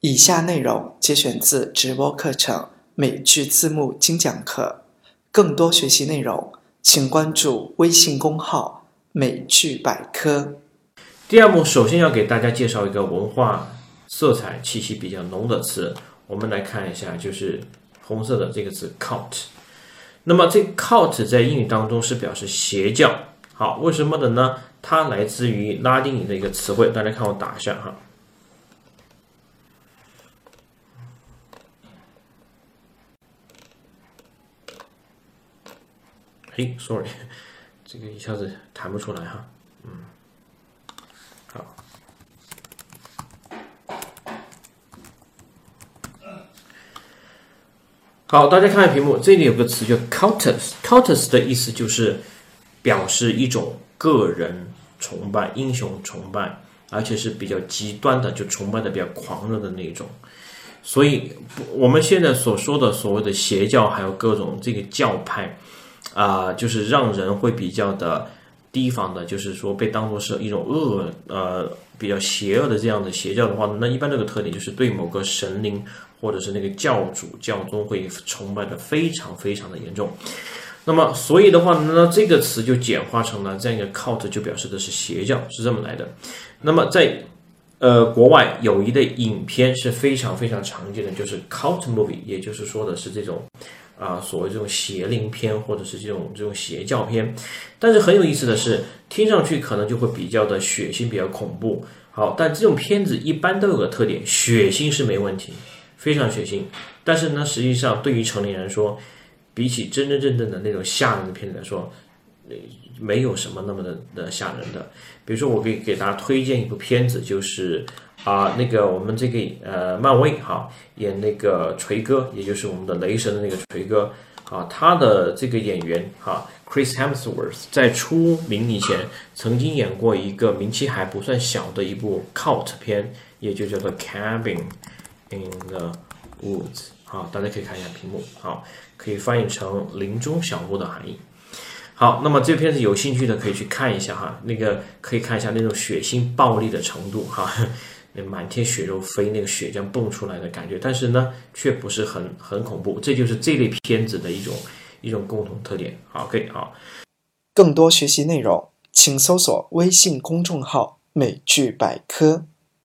以下内容节选自直播课程美剧字幕精讲课，更多学习内容，请关注微信公号美剧百科。 第二幕首先要给大家介绍一个文化色彩气息比较浓的词，我们来看一下，就是红色的这个词 cult。那么这 cult 在英语当中是表示邪教。好，为什么的呢？它来自于拉丁语的一个词汇，大家看我打一下哈。sorry， 这个一下子弹不出来哈。好。好，大家看看屏幕，这里有个词叫 cultus。cultus 的意思就是表示一种个人崇拜、英雄崇拜，而且是比较极端的，就崇拜的比较狂热的那种。所以我们现在所说的所谓的邪教，还有各种这个教派就是让人会比较的提防的，就是说被当作是一种比较邪恶的这样的邪教的话，那一般这个特点就是对某个神灵或者是那个教主教宗会崇拜的非常非常的严重。那么所以的话呢，这个词就简化成了这样一个 cult， 就表示的是邪教，是这么来的。那么在国外有一类影片是非常非常常见的，就是 cult movie， 也就是说的是这种所谓这种邪灵片或者是这种邪教片。但是很有意思的是，听上去可能就会比较的血腥，比较恐怖。好，但这种片子一般都有个特点，血腥是没问题，非常血腥。但是呢，实际上对于成年人说，比起真真正正的那种吓人的片子来说，没有什么那么的吓人的。比如说，我可以给大家推荐一部片子，就是那个我们这个漫威演那个锤哥，也就是我们的雷神的那个锤哥他的这个演员Chris Hemsworth 在出名以前曾经演过一个名气还不算小的一部 cult 片，也就叫做 Cabin in the Woods。好，大家可以看一下屏幕，可以翻译成林中小屋的含义。好，那么这片子有兴趣的可以去看一下那个可以看一下那种血腥暴力的程度那满天血肉飞，那个血这样蹦出来的感觉，但是呢却不是很恐怖，这就是这类片子的一种共同特点。好， 更多学习内容请搜索微信公众号美剧百科。